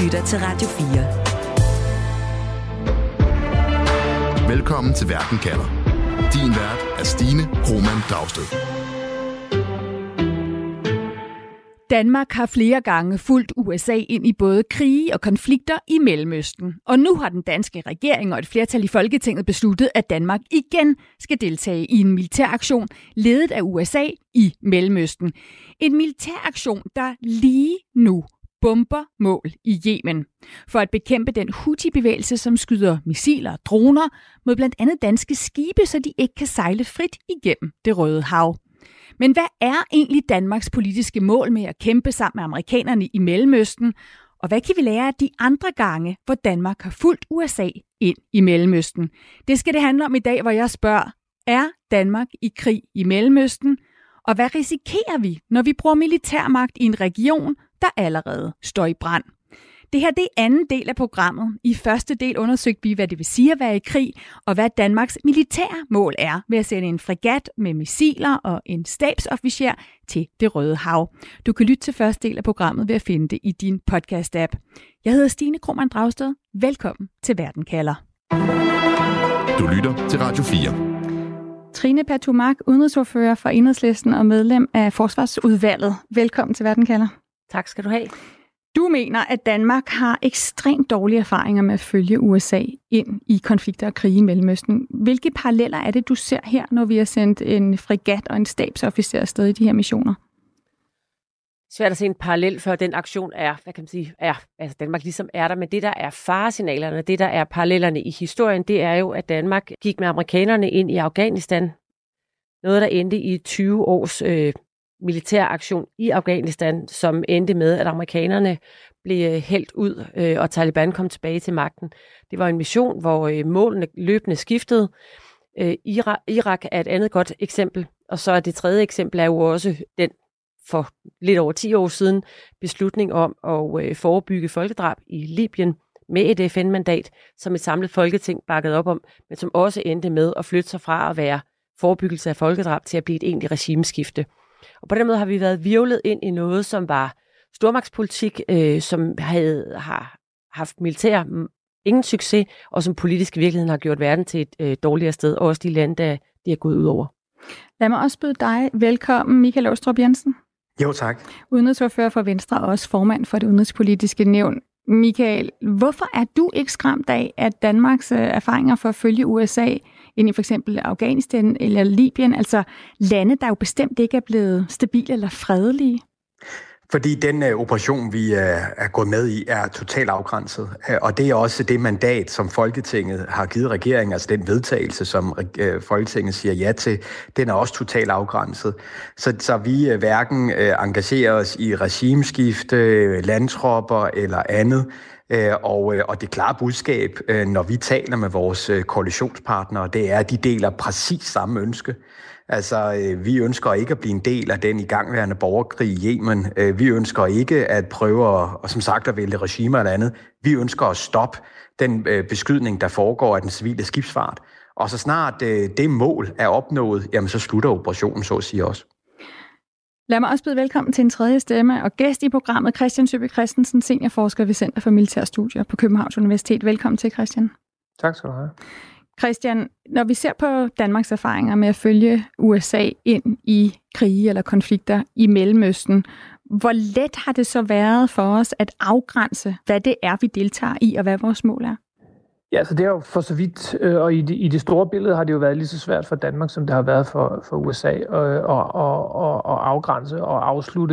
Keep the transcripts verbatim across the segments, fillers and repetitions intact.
lytter til Radio fire. Velkommen til Verden kalder. Din vært er Stine Krohmann Dragsted. Danmark har flere gange fulgt U S A ind i både krige og konflikter i Mellemøsten. Og nu har den danske regering og et flertal i Folketinget besluttet, at Danmark igen skal deltage i en militæraktion ledet af U S A i Mellemøsten. En militæraktion, der lige nu bomber mål i Yemen for at bekæmpe den Houthi-bevægelse, som skyder missiler og droner mod blandt andet danske skibe, så de ikke kan sejle frit igennem det Røde Hav. Men hvad er egentlig Danmarks politiske mål med at kæmpe sammen med amerikanerne i Mellemøsten? Og hvad kan vi lære af de andre gange, hvor Danmark har fulgt U S A ind i Mellemøsten? Det skal det handle om i dag, hvor jeg spørger, er Danmark i krig i Mellemøsten? Og hvad risikerer vi, når vi bruger militærmagt i en region, der allerede står i brand? Det her det er anden del af programmet. I første del undersøgte vi, hvad det vil sige at være i krig, og hvad Danmarks militære mål er ved at sende en fregat med missiler og en stabsofficer til det Røde Hav. Du kan lytte til første del af programmet ved at finde det i din podcast-app. Jeg hedder Stine Krohmann Dragsted. Velkommen til Verden kalder. Du lytter til Radio fire. Trine Pertou Mach, udenrigsordfører for Enhedslisten og medlem af Forsvarsudvalget. Velkommen til Verden kalder. Tak skal du have. Du mener, at Danmark har ekstremt dårlige erfaringer med at følge U S A ind i konflikter og krige i Mellemøsten. Hvilke paralleller er det, du ser her, når vi har sendt en fregat og en stabsofficer afsted i de her missioner? Svært at se en parallel, for den aktion er, hvad kan man sige, er, altså Danmark ligesom er der, men det der er faresignalerne, det der er parallellerne i historien, det er jo, at Danmark gik med amerikanerne ind i Afghanistan. Noget, der endte i tyve års øh, militær aktion i Afghanistan, som endte med, at amerikanerne blev hældt ud, øh, og Taliban kom tilbage til magten. Det var en mission, hvor øh, målene løbende skiftede. Øh, Irak, Irak er et andet godt eksempel, og så er det tredje eksempel er jo også den for lidt over ti år siden beslutning om at øh, forebygge folkedrab i Libyen med et F N-mandat, som et samlet folketing bakkede op om, men som også endte med at flytte sig fra at være forebyggelse af folkedrab til at blive et egentligt regimeskifte. Og på den måde har vi været hvirvlet ind i noget, som var stormagtspolitik, øh, som havde, har haft militær ingen succes, og som politisk i virkeligheden har gjort verden til et øh, dårligere sted, og også de lande, der de er gået ud over. Lad mig også byde dig velkommen, Michael Aastrup Jensen. Jo, tak. Udenrigsordfører for Venstre og også formand for det udenrigspolitiske nævn. Michael, hvorfor er du ikke skræmt af, at Danmarks erfaringer for at følge U S A ind i for eksempel Afghanistan eller Libyen, altså lande, der jo bestemt ikke er blevet stabile eller fredelige? Fordi den uh, operation, vi uh, er gået med i, er totalt afgrænset. Uh, og det er også det mandat, som Folketinget har givet regeringen, altså den vedtagelse, som uh, Folketinget siger ja til, den er også totalt afgrænset. Så, så vi uh, hverken uh, engagerer os i regimeskifte, landtropper eller andet. Uh, og, uh, og det klare budskab, uh, når vi taler med vores uh, koalitionspartnere, det er, at de deler præcis samme ønske. Altså, øh, vi ønsker ikke at blive en del af den igangværende borgerkrig i Yemen. Øh, vi ønsker ikke at prøve at, og som sagt, at vælge regimer eller andet. Vi ønsker at stoppe den øh, beskydning, der foregår af den civile skibsfart. Og så snart øh, det mål er opnået, jamen så slutter operationen, så at sige også. Lad mig også byde velkommen til en tredje stemme og gæst i programmet, Christian Søby Christensen, seniorforsker ved Center for Militærstudier på Københavns Universitet. Velkommen til, Christian. Tak skal du have. Christian, når vi ser på Danmarks erfaringer med at følge U S A ind i krige eller konflikter i Mellemøsten, hvor let har det så været for os at afgrænse, hvad det er, vi deltager i, og hvad vores mål er? Ja, så det er jo for så vidt, og i det, i det store billede har det jo været lige så svært for Danmark, som det har været for, for U S A, at og, og, og, og afgrænse og afslutte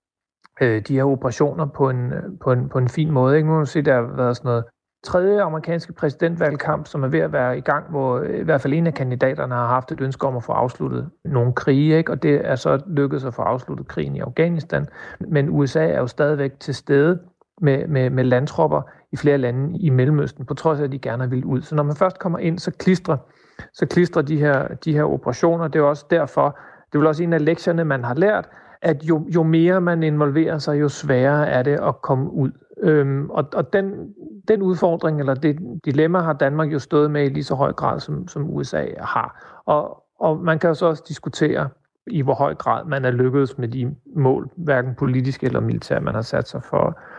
øh, de her operationer på en, på en, på en fin måde. Ikke? Nu kan du se, der har været sådan noget tredje amerikanske præsidentvalgkamp, som er ved at være i gang, hvor i hvert fald en af kandidaterne har haft et ønske om at få afsluttet nogle krige, ikke? Og det er så lykkedes at få afsluttet krigen i Afghanistan. Men U S A er jo stadigvæk til stede med, med, med landtropper i flere lande i Mellemøsten, på trods af, at de gerne vil ud. Så når man først kommer ind, så klistrer, så klistrer de, her, de her operationer. Det er også derfor, det er vel også en af lektierne, man har lært, at jo, jo mere man involverer sig, jo sværere er det at komme ud. Øhm, og og den, den udfordring, eller det dilemma, har Danmark jo stået med i lige så høj grad, som, som U S A har. Og, og man kan jo så også diskutere, i hvor høj grad man er lykkedes med de mål, hverken politisk eller militær, man har sat sig for,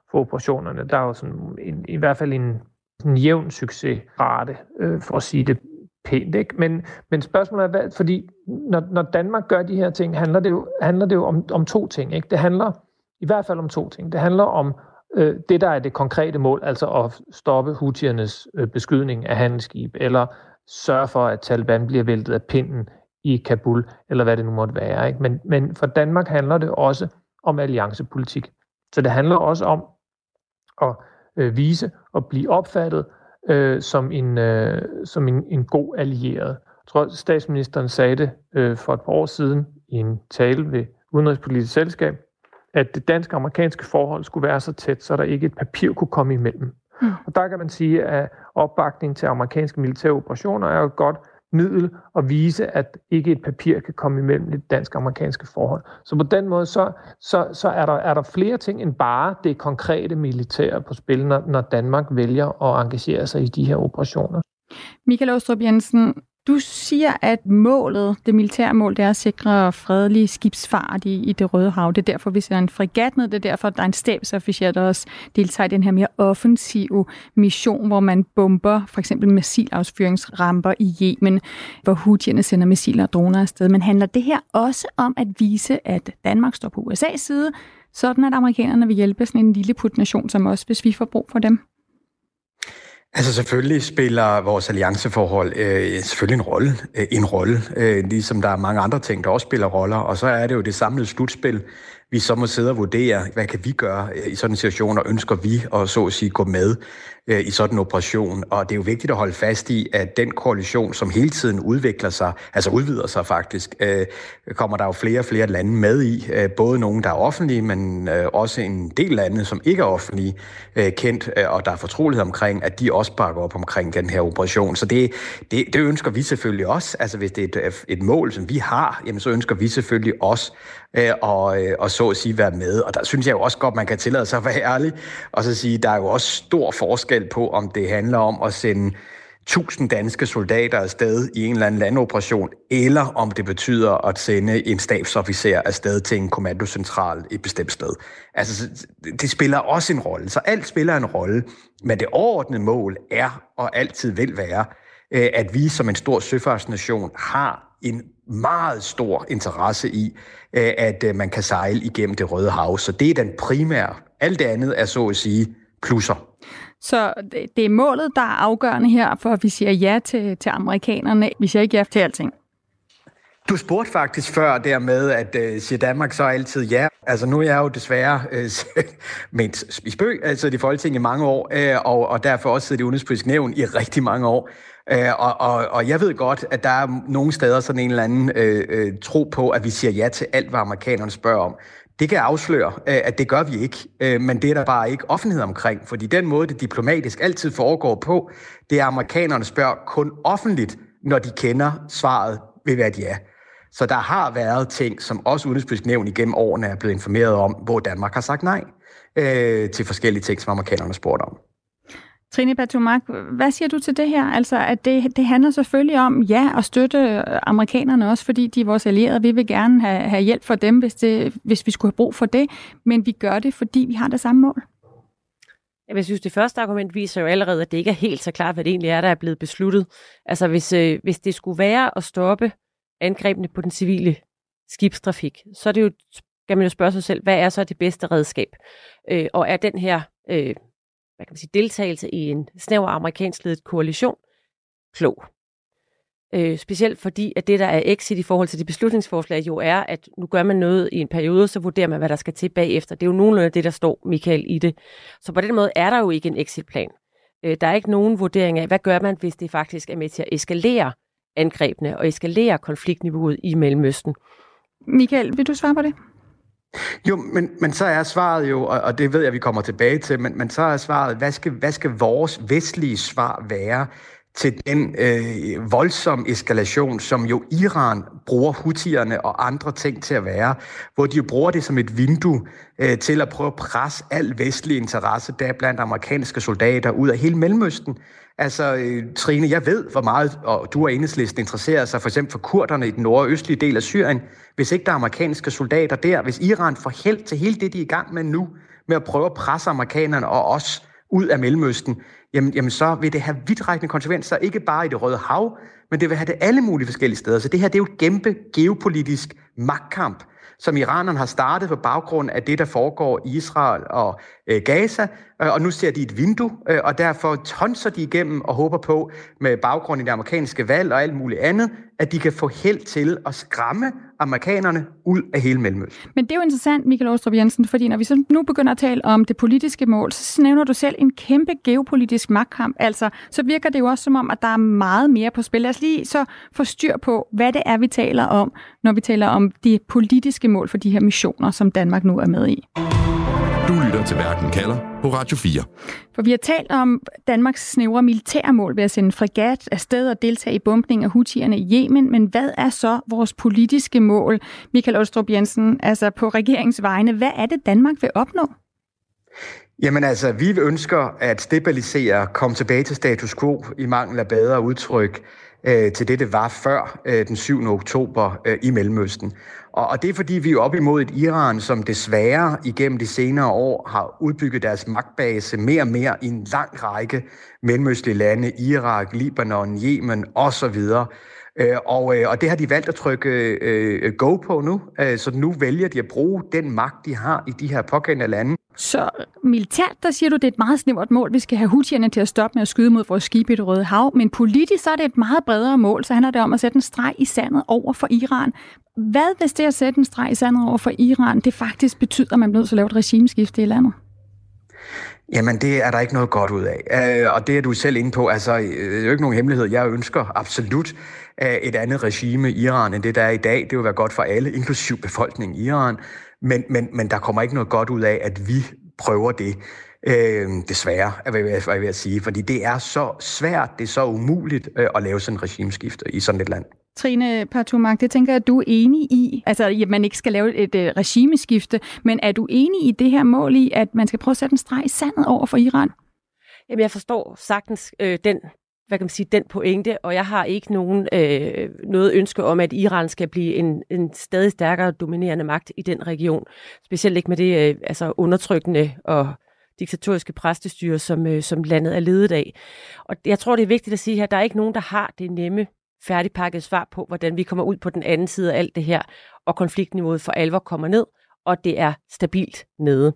for operationerne. Der er jo sådan en, i hvert fald en, en jævn succesrate, øh, for at sige det pænt, ikke? Men, men spørgsmålet er, hvad, fordi når, når Danmark gør de her ting, handler det jo, handler det jo om, om to ting, ikke? Det handler i hvert fald om to ting. Det handler om øh, det, der er det konkrete mål, altså at stoppe houthiernes øh, beskydning af handelsskib, eller sørge for, at Taliban bliver væltet af pinden i Kabul, eller hvad det nu måtte være, ikke? Men, men for Danmark handler det også om alliancepolitik. Så det handler også om at øh, vise og blive opfattet øh, som, en, øh, som en, en god allieret. Jeg tror, statsministeren sagde det øh, for et par år siden i en tale ved Udenrigspolitisk Selskab, at det dansk-amerikanske forhold skulle være så tæt, så der ikke et papir kunne komme imellem. Mm. Og der kan man sige, at opbakning til amerikanske militære operationer er jo et godt middel at vise, at ikke et papir kan komme imellem det dansk-amerikanske forhold. Så på den måde, så, så, så er, der, er der flere ting end bare det konkrete militære på spil, når, når Danmark vælger at engagere sig i de her operationer. Michael Aastrup Jensen, du siger, at målet, det militære mål, det er at sikre fredelig skibsfart i, i det Røde Hav. Det er derfor, vi ser en fregat ned. Det er derfor, der er en stabsofficer, der også deltager i den her mere offensive mission, hvor man bomber for eksempel missilafsfyringsramper i Yemen, hvor houthierne sender missiler og droner afsted. Men handler det her også om at vise, at Danmark står på U S A's side, sådan at amerikanerne vil hjælpe sådan en lille putnation som os, hvis vi får brug for dem? Altså selvfølgelig spiller vores allianceforhold øh, selvfølgelig en rolle, øh, en rolle øh, ligesom der er mange andre ting, der også spiller roller, og så er det jo det samlede slutspil, vi så må sidde og vurdere, hvad kan vi gøre i sådan en situation, og ønsker vi at så at sige gå med øh, i sådan en operation. Og det er jo vigtigt at holde fast i, at den koalition, som hele tiden udvikler sig, altså udvider sig faktisk, øh, kommer der jo flere og flere lande med i. Øh, både nogle, der er offentlige, men øh, også en del lande, som ikke er offentlige, øh, kendt, øh, og der er fortrolighed omkring, at de også bakker op omkring den her operation. Så det, det, det ønsker vi selvfølgelig også. Altså hvis det er et, et mål, som vi har, jamen, så ønsker vi selvfølgelig også øh, og, øh, og så at sige være med. Og der synes jeg jo også godt, man kan tillade sig at være ærlig, og så sige, der er jo også stor forskel på, om det handler om at sende tusind danske soldater afsted i en eller anden landoperation, eller om det betyder at sende en stabsofficer afsted til en kommandocentral et bestemt sted. Altså, det spiller også en rolle. Så alt spiller en rolle, men det overordnede mål er, og altid vil være, at vi som en stor søfartsnation har en meget stor interesse i, at man kan sejle igennem det Røde Hav. Så det er den primære. Alt det andet er så at sige plusser. Så det er målet, der er afgørende her, for at vi siger ja til, til amerikanerne. Vi siger ikke ja til alting. Du spurgte faktisk før dermed, at øh, siger Danmark så altid ja. Altså nu er jeg jo desværre øh, ment i spøg, altså i Folketinget i mange år, øh, og, og derfor også siddet i Udenrigspolitisk Nævn i rigtig mange år. Øh, og, og, og jeg ved godt, at der er nogle steder sådan en eller anden øh, øh, tro på, at vi siger ja til alt, hvad amerikanerne spørger om. Det kan afsløre, at det gør vi ikke, men det er der bare ikke offentlighed omkring, fordi den måde, det diplomatisk altid foregår på, det er, at amerikanerne spørger kun offentligt, når de kender svaret ved hvad ja. Så der har været ting, som også Udenrigspolitisk Nævn igennem årene er blevet informeret om, hvor Danmark har sagt nej øh, til forskellige ting, som amerikanerne spurgte om. Trine Pertou-Mach, hvad siger du til det her? Altså, at det, det handler selvfølgelig om, ja, at støtte amerikanerne også, fordi de er vores allierede. Vi vil gerne have, have hjælp for dem, hvis, det, hvis vi skulle have brug for det, men vi gør det, fordi vi har det samme mål. Jeg synes, det første argument viser jo allerede, at det ikke er helt så klart, hvad det egentlig er, der er blevet besluttet. Altså, hvis, øh, hvis det skulle være at stoppe angrebene på den civile skibstrafik, så er det jo, kan man jo spørge sig selv, hvad er så det bedste redskab? Øh, og er den her øh, hvad kan man sige, deltagelse i en snæver amerikansk ledet koalition klog? Øh, specielt fordi, at det, der er exit i forhold til de beslutningsforslag, jo er, at nu gør man noget i en periode, så vurderer man, hvad der skal til bagefter. Det er jo nogenlunde det, der står, Michael, i det. Så på den måde er der jo ikke en exitplan. Øh, der er ikke nogen vurdering af, hvad gør man, hvis det faktisk er med til at eskalere angrebene og eskalere konfliktniveauet i Mellemøsten. Michael, vil du svare på det? Jo, men, men så er svaret jo, og, og det ved jeg, vi kommer tilbage til, men, men så er svaret, hvad skal, hvad skal vores vestlige svar være til den øh, voldsomme eskalation, som jo Iran bruger houthierne og andre ting til at være, hvor de jo bruger det som et vindue øh, til at prøve at presse al vestlig interesse, der blandt amerikanske soldater ud af hele Mellemøsten. Altså, øh, Trine, jeg ved, hvor meget, og du og Enhedslisten interesserer sig for eksempel for kurderne i den nordøstlige del af Syrien. Hvis ikke der er amerikanske soldater der, hvis Iran får held til hele det, de er i gang med nu, med at prøve at presse amerikanerne og os ud af Mellemøsten, jamen, jamen så vil det have vidtrækkende konsekvenser, ikke bare i det Røde Hav, men det vil have det alle mulige forskellige steder. Så det her, det er jo et kæmpe geopolitisk magtkamp, som iranerne har startet på baggrund af det, der foregår i Israel og øh, Gaza, øh, og nu ser de et vindue, øh, og derfor tonser de igennem og håber på, med baggrund i det amerikanske valg og alt muligt andet, at de kan få held til at skræmme amerikanerne ud af hele Mellemøsten. Men det er jo interessant, Michael Aastrup Jensen, fordi når vi så nu begynder at tale om det politiske mål, så nævner du selv en kæmpe geopolitisk magtkamp. Altså, så virker det jo også som om, at der er meget mere på spil. Lad os lige så få styr på, hvad det er, vi taler om, når vi taler om de politiske mål for de her missioner, som Danmark nu er med i. Du lytter til Verden kalder på Radio fire. For vi har talt om Danmarks snævre militærmål ved at sende en fregat afsted og deltage i bombning af Houthierne i Yemen. Men hvad er så vores politiske mål, Michael Aastrup Jensen, altså på regeringens vegne? Hvad er det, Danmark vil opnå? Jamen altså, vi ønsker at stabilisere, komme tilbage til status quo i mangel af bedre udtryk øh, til det, det var før øh, den syvende oktober øh, i Mellemøsten. Og, og det er fordi, vi er op imod et Iran, som desværre igennem de senere år har udbygget deres magtbase mere og mere i en lang række mellemøstlige lande, Irak, Libanon, Yemen osv., Og, og det har de valgt at trykke øh, go på nu, så nu vælger de at bruge den magt, de har i de her pågældende lande. Så militært, der siger du, det er et meget snævert mål. Vi skal have Houthierne til at stoppe med at skyde mod vores skibe i det Røde Hav. Men politisk så er det et meget bredere mål, så handler det om at sætte en streg i sandet over for Iran. Hvad hvis det at sætte en streg i sandet over for Iran, det faktisk betyder, at man bliver nødt til at lave et regimeskifte i landet? Jamen, det er der ikke noget godt ud af. Og det er du selv inde på. Altså, det er jo ikke nogen hemmelighed. Jeg ønsker absolut et andet regime i Iran, end det, der er i dag. Det vil være godt for alle, inklusiv befolkningen i Iran. Men, men, men der kommer ikke noget godt ud af, at vi prøver det. Øh, desværre, er jeg ved at sige. Fordi det er så svært, det er så umuligt at lave sådan en regimeskifte i sådan et land. Trine Pertou-Mach, det tænker jeg, at du er enig i, altså at man ikke skal lave et uh, regimeskifte, men er du enig i det her mål i, at man skal prøve at sætte en streg i sandet over for Iran? Jamen, jeg forstår sagtens øh, den, hvad kan man sige, den pointe, og jeg har ikke nogen, øh, noget ønske om, at Iran skal blive en, en stadig stærkere dominerende magt i den region. Specielt ikke med det øh, altså undertrykkende og diktatoriske præstestyre, som, øh, som landet er ledet af. Og jeg tror, det er vigtigt at sige her, at der er ikke nogen, der har det nemme færdigpakket svar på, hvordan vi kommer ud på den anden side af alt det her, og konfliktniveauet for alvor kommer ned, og det er stabilt nede.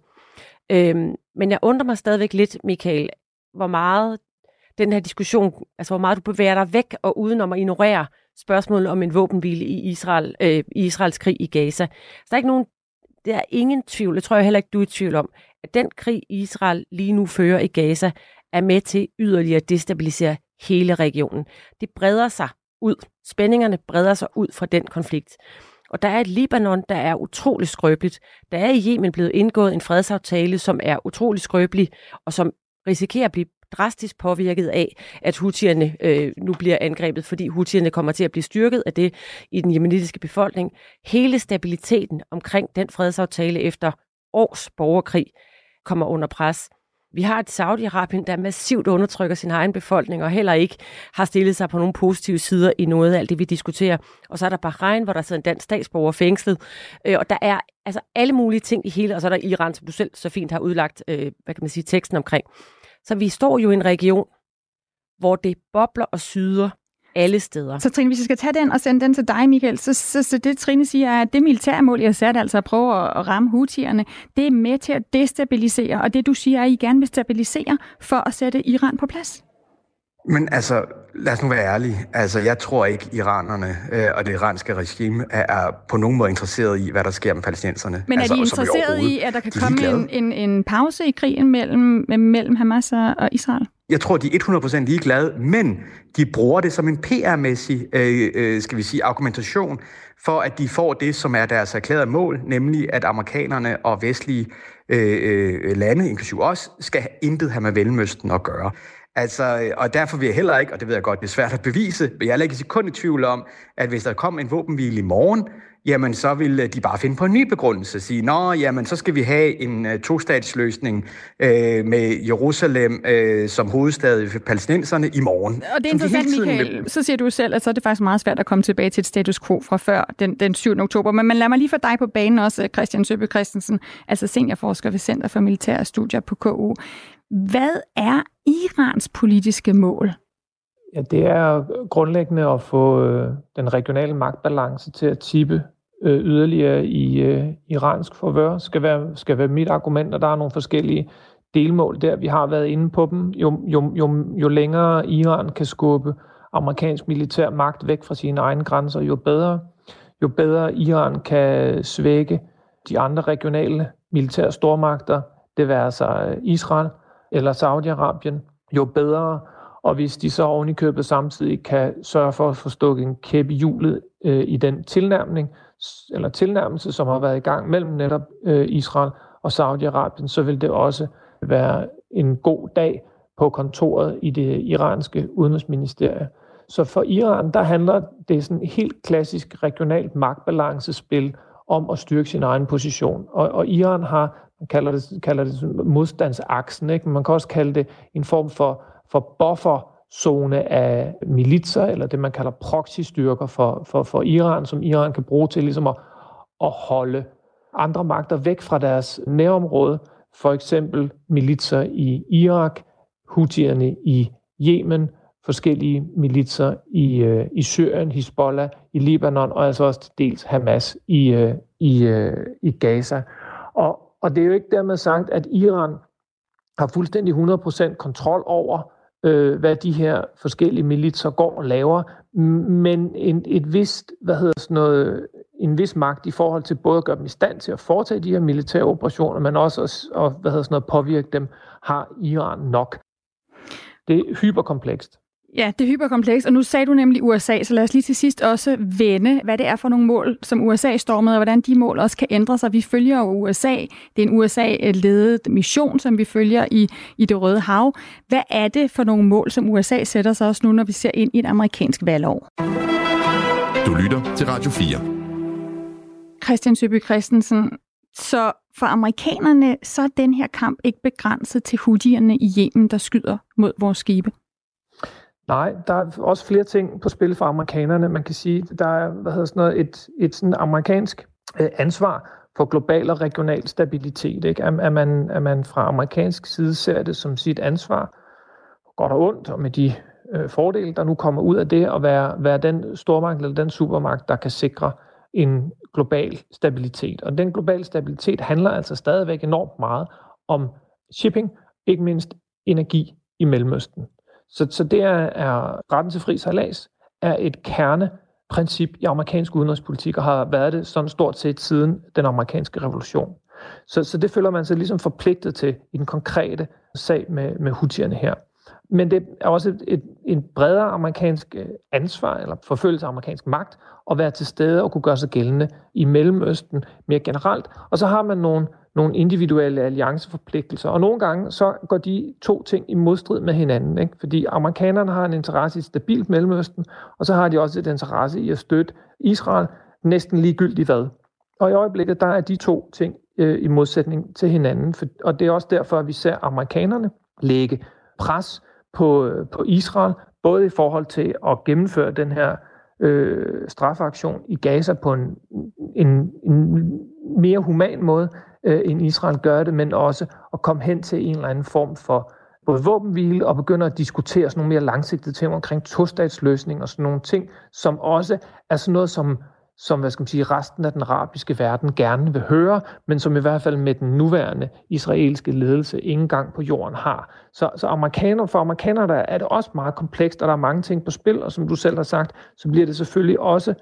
Øhm, men jeg undrer mig stadigvæk lidt, Michael, hvor meget den her diskussion, altså hvor meget du bevæger dig væk og udenom at ignorere spørgsmålet om en våbenhvile i Israel, øh, i Israels krig i Gaza. Så der er ikke nogen, der er ingen tvivl, det tror jeg heller ikke, du er i tvivl om, at den krig, Israel lige nu fører i Gaza, er med til yderligere at destabilisere hele regionen. Det breder sig ud. Spændingerne breder sig ud fra den konflikt. Og der er et Libanon, der er utrolig skrøbeligt. Der er i Yemen blevet indgået en fredsaftale, som er utrolig skrøbelig, og som risikerer at blive drastisk påvirket af, at Houthierne øh, nu bliver angrebet, fordi Houthierne kommer til at blive styrket af det i den yemenitiske befolkning. Hele stabiliteten omkring den fredsaftale efter års borgerkrig kommer under pres. Vi har et Saudi-Arabien, der massivt undertrykker sin egen befolkning, og heller ikke har stillet sig på nogle positive sider i noget af alt det, vi diskuterer. Og så er der Bahrain, hvor der sidder en dansk statsborger fængslet. Øh, og der er altså alle mulige ting i hele, og så er der Iran, som du selv så fint har udlagt, øh, hvad kan man sige, teksten omkring. Så vi står jo i en region, hvor det bobler og syder alle steder. Så Trine, hvis jeg skal tage den og sende den til dig, Michael, så, så, så det Trine siger er, at det militærmål, jeg har sat, altså at prøve at, at ramme Houthierne, det er med til at destabilisere, og det du siger er, at I gerne vil stabilisere for at sætte Iran på plads. Men altså, lad os nu være ærlige. Altså, jeg tror ikke, iranerne øh, og det iranske regime er, er på nogen måde interesseret i, hvad der sker med palæstinenserne. Men er altså, de interesseret i, at der kan komme en, en, en pause i krigen mellem, mellem Hamas og Israel? Jeg tror, de er hundrede procent ligeglade, men de bruger det som en P R-mæssig, øh, øh, skal vi sige, argumentation for, at de får det, som er deres erklærede mål, nemlig at amerikanerne og vestlige øh, øh, lande, inklusiv os, skal intet have med Mellemøsten at gøre. Altså, og derfor vil jeg heller ikke, og det ved jeg godt, det er svært at bevise, men jeg er ikke i sekund i tvivl om, at hvis der kom en våbenhvile i morgen, jamen så vil de bare finde på en ny begrundelse. Sige, nå, jamen så skal vi have en uh, tostatsløsning uh, med Jerusalem uh, som hovedstad for palæstinenserne i morgen. Og det er interessant, Michael. Vil... Så siger du selv, at så er det faktisk meget svært at komme tilbage til et status quo fra før den, den syvende oktober. Men, men lad mig lige få dig på banen også, Christian Søby Christensen, altså seniorforsker ved Center for Militære Studier på K U. Hvad er Irans politiske mål? Ja, det er grundlæggende at få øh, den regionale magtbalance til at tippe øh, yderligere i øh, iransk favør. Skal være, skal være mit argument, og der er nogle forskellige delmål der. Vi har været inde på dem. Jo, jo, jo, jo længere Iran kan skubbe amerikansk militær magt væk fra sine egne grænser, jo bedre. Jo bedre Iran kan svække de andre regionale militære stormagter, det vil altså Israel eller Saudi-Arabien, jo bedre. Og hvis de så oven i købet samtidig kan sørge for at få stukket en kæp i hjulet øh, i den tilnærmning, eller tilnærmelse, som har været i gang mellem netop øh, Israel og Saudi-Arabien, så vil det også være en god dag på kontoret i det iranske udenrigsministerie. Så for Iran, der handler det sådan et helt klassisk regionalt magtbalancespil om at styrke sin egen position. Og, og Iran har, man kalder det, kalder det modstandsaksen, ikke? Men man kan også kalde det en form for for bufferzone af militser, eller det, man kalder proxystyrker for, for, for Iran, som Iran kan bruge til ligesom at, at holde andre magter væk fra deres nærområde. For eksempel militser i Irak, Houthierne i Yemen, forskellige militser i, øh, i Syrien, Hizbollah i Libanon, og altså også dels Hamas i, øh, i, øh, i Gaza. Og, og det er jo ikke dermed sagt, at Iran har fuldstændig hundrede procent kontrol over, øh, hvad de her forskellige militser går og laver, men en, et vist, hvad hedder sådan noget, en vis magt i forhold til både at gøre dem i stand til at foretage de her militære operationer, men også at, og, hvad hedder sådan noget, påvirke dem, har Iran nok. Det er hyperkomplekst. Ja, det er hyperkomplekst, og nu sagde du nemlig U S A, så lad os lige til sidst også vende, hvad det er for nogle mål, som U S A står med, og hvordan de mål også kan ændre sig. Vi følger jo U S A. Det er en U S A-ledet mission, som vi følger i, i det Røde Hav. Hvad er det for nogle mål, som U S A sætter sig også nu, når vi ser ind i et amerikansk valgår? Du lytter til Radio fire. Christian Søby Christensen, så for amerikanerne, så er den her kamp ikke begrænset til Houthierne i Yemen, der skyder mod vores skibe? Nej, der er også flere ting på spil for amerikanerne. Man kan sige, der er hvad hedder sådan noget, et, et sådan amerikansk øh, ansvar for global og regional stabilitet. Ikke? At, at, man, at man fra amerikansk side ser det som sit ansvar, godt og ondt, og med de øh, fordele, der nu kommer ud af det, at være, være den stormagt eller den supermagt, der kan sikre en global stabilitet. Og den globale stabilitet handler altså stadigvæk enormt meget om shipping, ikke mindst energi i Mellemøsten. Så, så det er, er retten til fri sejlads er et kerneprincip i amerikansk udenrigspolitik, og har været det sådan stort set siden den amerikanske revolution. Så, så det føler man sig ligesom forpligtet til i den konkrete sag med, med Houthierne her. Men det er også et, et, en bredere amerikansk ansvar, eller forfølgelse af amerikansk magt, at være til stede og kunne gøre sig gældende i Mellemøsten mere generelt. Og så har man nogle, nogle individuelle allianceforpligtelser, og nogle gange så går de to ting i modstrid med hinanden. Ikke? Fordi amerikanerne har en interesse i et stabilt Mellemøsten, og så har de også et interesse i at støtte Israel næsten ligegyldigt hvad. Og i øjeblikket, der er de to ting øh, i modsætning til hinanden. For, og det er også derfor, at vi ser amerikanerne lægge pres på, på Israel, både i forhold til at gennemføre den her øh, strafaktion i Gaza på en, en, en mere human måde, øh, end Israel gør det, men også at komme hen til en eller anden form for både våbenhvile og begynde at diskutere sådan nogle mere langsigtede ting omkring tostatsløsning og sådan nogle ting, som også er sådan noget, som som hvad skal man sige, resten af den arabiske verden gerne vil høre, men som i hvert fald med den nuværende israelske ledelse ingen gang på jorden har. Så, så amerikaner, for amerikanere der er det også meget komplekst, og der er mange ting på spil, og som du selv har sagt, så bliver det selvfølgelig også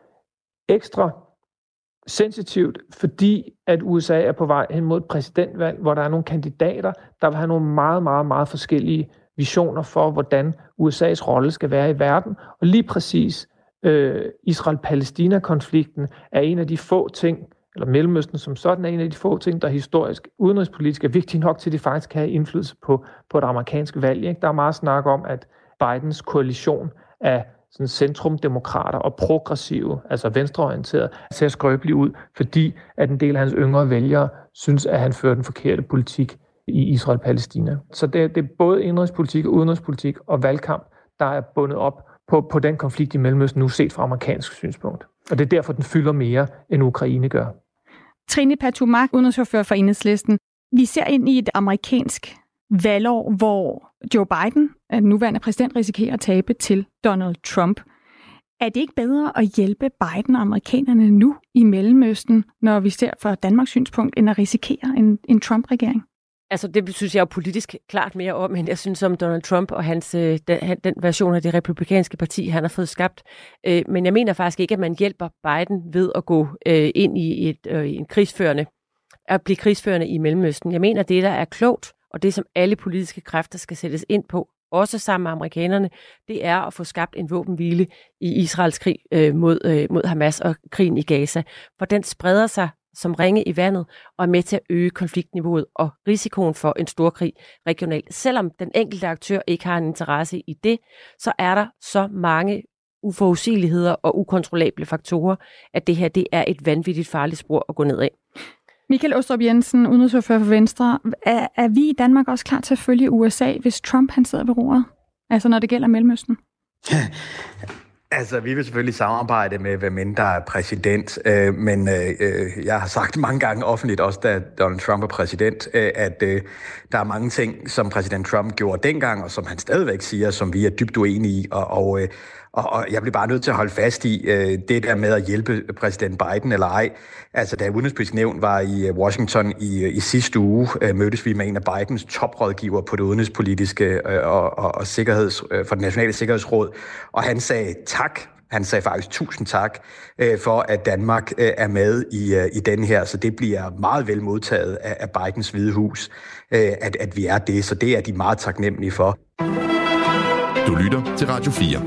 ekstra sensitivt, fordi at U S A er på vej hen mod et præsidentvalg, hvor der er nogle kandidater, der vil have nogle meget, meget, meget forskellige visioner for, hvordan U S A's rolle skal være i verden, og lige præcis Øh, Israel-Palæstina-konflikten er en af de få ting, eller Mellemøsten som sådan er en af de få ting, der historisk udenrigspolitisk er vigtige nok til, at de faktisk kan have indflydelse på, på et amerikansk valg. Ikke? Der er meget snak om, at Bidens koalition af sådan centrumdemokrater og progressive, altså venstreorienterede, ser skrøbelig ud, fordi at en del af hans yngre vælgere synes, at han fører den forkerte politik i Israel-Palæstina. Så det, det er både indrigspolitik og udenrigspolitik og valgkamp, der er bundet op på, på den konflikt i Mellemøsten, nu set fra amerikansk synspunkt. Og det er derfor, den fylder mere, end Ukraine gør. Trine Pertou-Mach, udenrigsordfører for Enhedslisten. Vi ser ind i et amerikansk valgår, hvor Joe Biden, den nuværende præsident, risikerer at tabe til Donald Trump. Er det ikke bedre at hjælpe Biden og amerikanerne nu i Mellemøsten, når vi ser fra Danmarks synspunkt, end at risikere en, en Trump-regering? Altså, det synes jeg jo politisk klart mere om, end jeg synes om Donald Trump og hans, den, den version af det republikanske parti, han har fået skabt. Men jeg mener faktisk ikke, at man hjælper Biden ved at gå ind i et, en krigsførende, at blive krigsførende i Mellemøsten. Jeg mener, det der er klogt, og det som alle politiske kræfter skal sættes ind på, også sammen med amerikanerne, det er at få skabt en våbenhvile i Israels krig mod, mod Hamas og krigen i Gaza. For den spreder sig som ringe i vandet og er med til at øge konfliktniveauet og risikoen for en storkrig regionalt. Selvom den enkelte aktør ikke har en interesse i det, så er der så mange uforudsigeligheder og ukontrollable faktorer, at det her det er et vanvittigt farligt spor at gå ned af. Michael Aastrup Jensen, udenrigsordfører for Venstre. Er, er vi i Danmark også klar til at følge U S A, hvis Trump han sidder ved roret? Altså når det gælder Mellemøsten? Altså, vi vil selvfølgelig samarbejde med, hvem end der er præsident, øh, men øh, jeg har sagt mange gange offentligt, også da Donald Trump er præsident, øh, at øh, der er mange ting, som præsident Trump gjorde dengang, og som han stadigvæk siger, som vi er dybt uenige i, og, og, øh, og, og jeg bliver bare nødt til at holde fast i øh, det der med at hjælpe præsident Biden eller ej. Altså, da udenrigspolitisk nævn var i Washington i, i sidste uge, øh, mødtes vi med en af Bidens toprådgiver på det udenrigspolitiske øh, og, og, og sikkerheds, øh, for det nationale sikkerhedsråd, og han sagde tak. Han sagde faktisk tusind tak øh, for, at Danmark øh, er med i, øh, i den her, så det bliver meget vel modtaget af, af Bidens Hvide Hus, øh, at, at vi er det, så det er de meget taknemmelige for. Du lytter til Radio fire.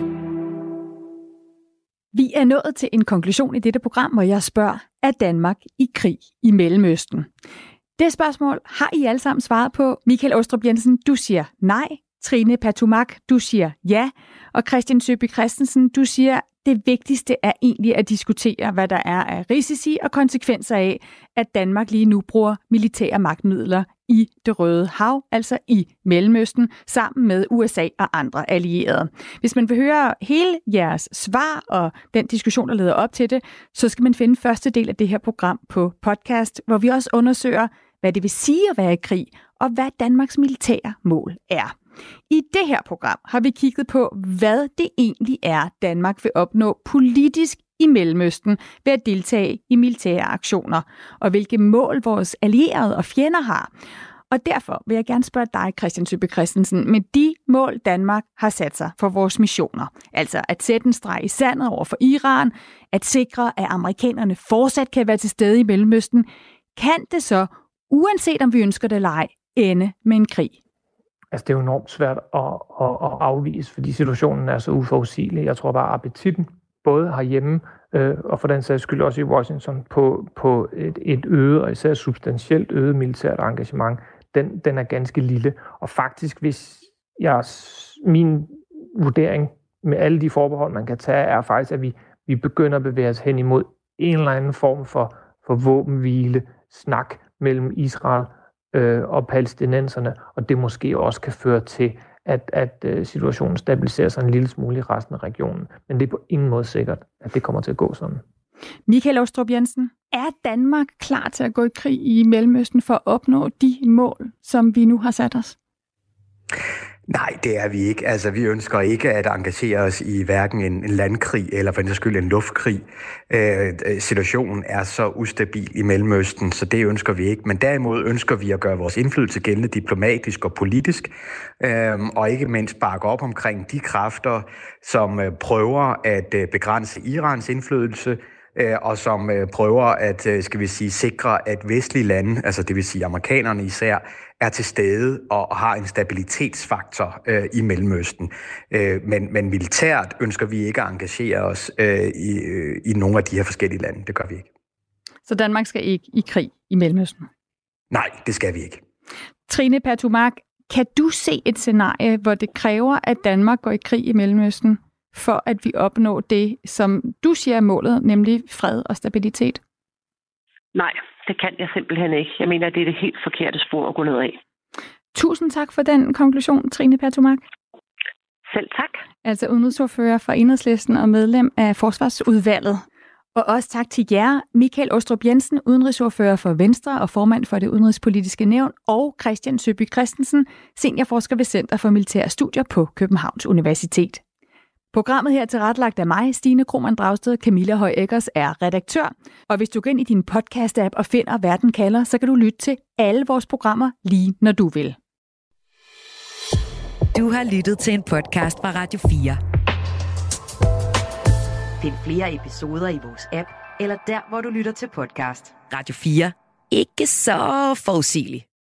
Vi er nået til en konklusion i dette program, hvor jeg spørger, er Danmark i krig i Mellemøsten? Det spørgsmål har I alle sammen svaret på. Michael Aastrup Jensen, du siger nej. Trine Pertou-Mach, du siger ja. Og Christian Søby Christensen, du siger, det vigtigste er egentlig at diskutere, hvad der er af risici og konsekvenser af, at Danmark lige nu bruger militære magtmidler i Det Røde Hav, altså i Mellemøsten, sammen med U S A og andre allierede. Hvis man vil høre hele jeres svar og den diskussion, der leder op til det, så skal man finde første del af det her program på podcast, hvor vi også undersøger, hvad det vil sige at være i krig, og hvad Danmarks militære mål er. I det her program har vi kigget på, hvad det egentlig er, Danmark vil opnå politisk i Mellemøsten ved at deltage i militære aktioner, og hvilke mål vores allierede og fjender har. Og derfor vil jeg gerne spørge dig, Christian Søby Christensen, med de mål, Danmark har sat sig for vores missioner. Altså at sætte en streg i sandet over for Iran, at sikre, at amerikanerne fortsat kan være til stede i Mellemøsten, kan det så, uanset om vi ønsker det eller ej, ende med en krig? Altså, det er jo enormt svært at, at, at afvise, fordi situationen er så uforudsigelig. Jeg tror bare, at appetitten, både herhjemme øh, og for den sags skyld også i Washington, på, på et, et øget og især substantielt øget militært engagement, den, den er ganske lille. Og faktisk, hvis jeg, min vurdering med alle de forbehold, man kan tage, er faktisk, at vi, vi begynder at bevæge os hen imod en eller anden form for, for våbenhvile, snak mellem Israel og palæstinenserne, og det måske også kan føre til, at, at situationen stabiliserer sig en lille smule i resten af regionen. Men det er på ingen måde sikkert, at det kommer til at gå sådan. Michael Aastrup Jensen, er Danmark klar til at gå i krig i Mellemøsten for at opnå de mål, som vi nu har sat os? Nej, det er vi ikke. Altså, vi ønsker ikke at engagere os i hverken en, en landkrig eller for den skyld en luftkrig. Øh, situationen er så ustabil i Mellemøsten, så det ønsker vi ikke. Men derimod ønsker vi at gøre vores indflydelse gældende diplomatisk og politisk, øh, og ikke mindst bakke op omkring de kræfter, som øh, prøver at øh, begrænse Irans indflydelse, og som prøver at, skal vi sige, sikre, at vestlige lande, altså det vil sige amerikanerne især, er til stede og har en stabilitetsfaktor øh, i Mellemøsten. Øh, men, men militært ønsker vi ikke at engagere os øh, i, øh, i nogle af de her forskellige lande. Det gør vi ikke. Så Danmark skal ikke i krig i Mellemøsten? Nej, det skal vi ikke. Trine Pertou-Mach, kan du se et scenarie, hvor det kræver, at Danmark går i krig i Mellemøsten, for at vi opnår det, som du siger er målet, nemlig fred og stabilitet? Nej, det kan jeg simpelthen ikke. Jeg mener, det er det helt forkerte spor at gå ned af. Tusind tak for den konklusion, Trine Pertou-Mach. Selv tak. Altså udenrigsordfører for Enhedslisten og medlem af Forsvarsudvalget. Og også tak til jer, Michael Åstrup Jensen, udenrigsordfører for Venstre og formand for det udenrigspolitiske nævn, og Christian Søby Christensen, seniorforsker ved Center for Militære Studier på Københavns Universitet. Programmet her er tilrettelagt af mig, Stine Krohmann Dragsted. Camilla Høj Eggers er redaktør. Og hvis du går ind i din podcast-app og finder Verden kalder, så kan du lytte til alle vores programmer lige når du vil. Du har lyttet til en podcast fra Radio fire. Find flere episoder i vores app, eller der, hvor du lytter til podcast. Radio fire. Ikke så forudsigeligt.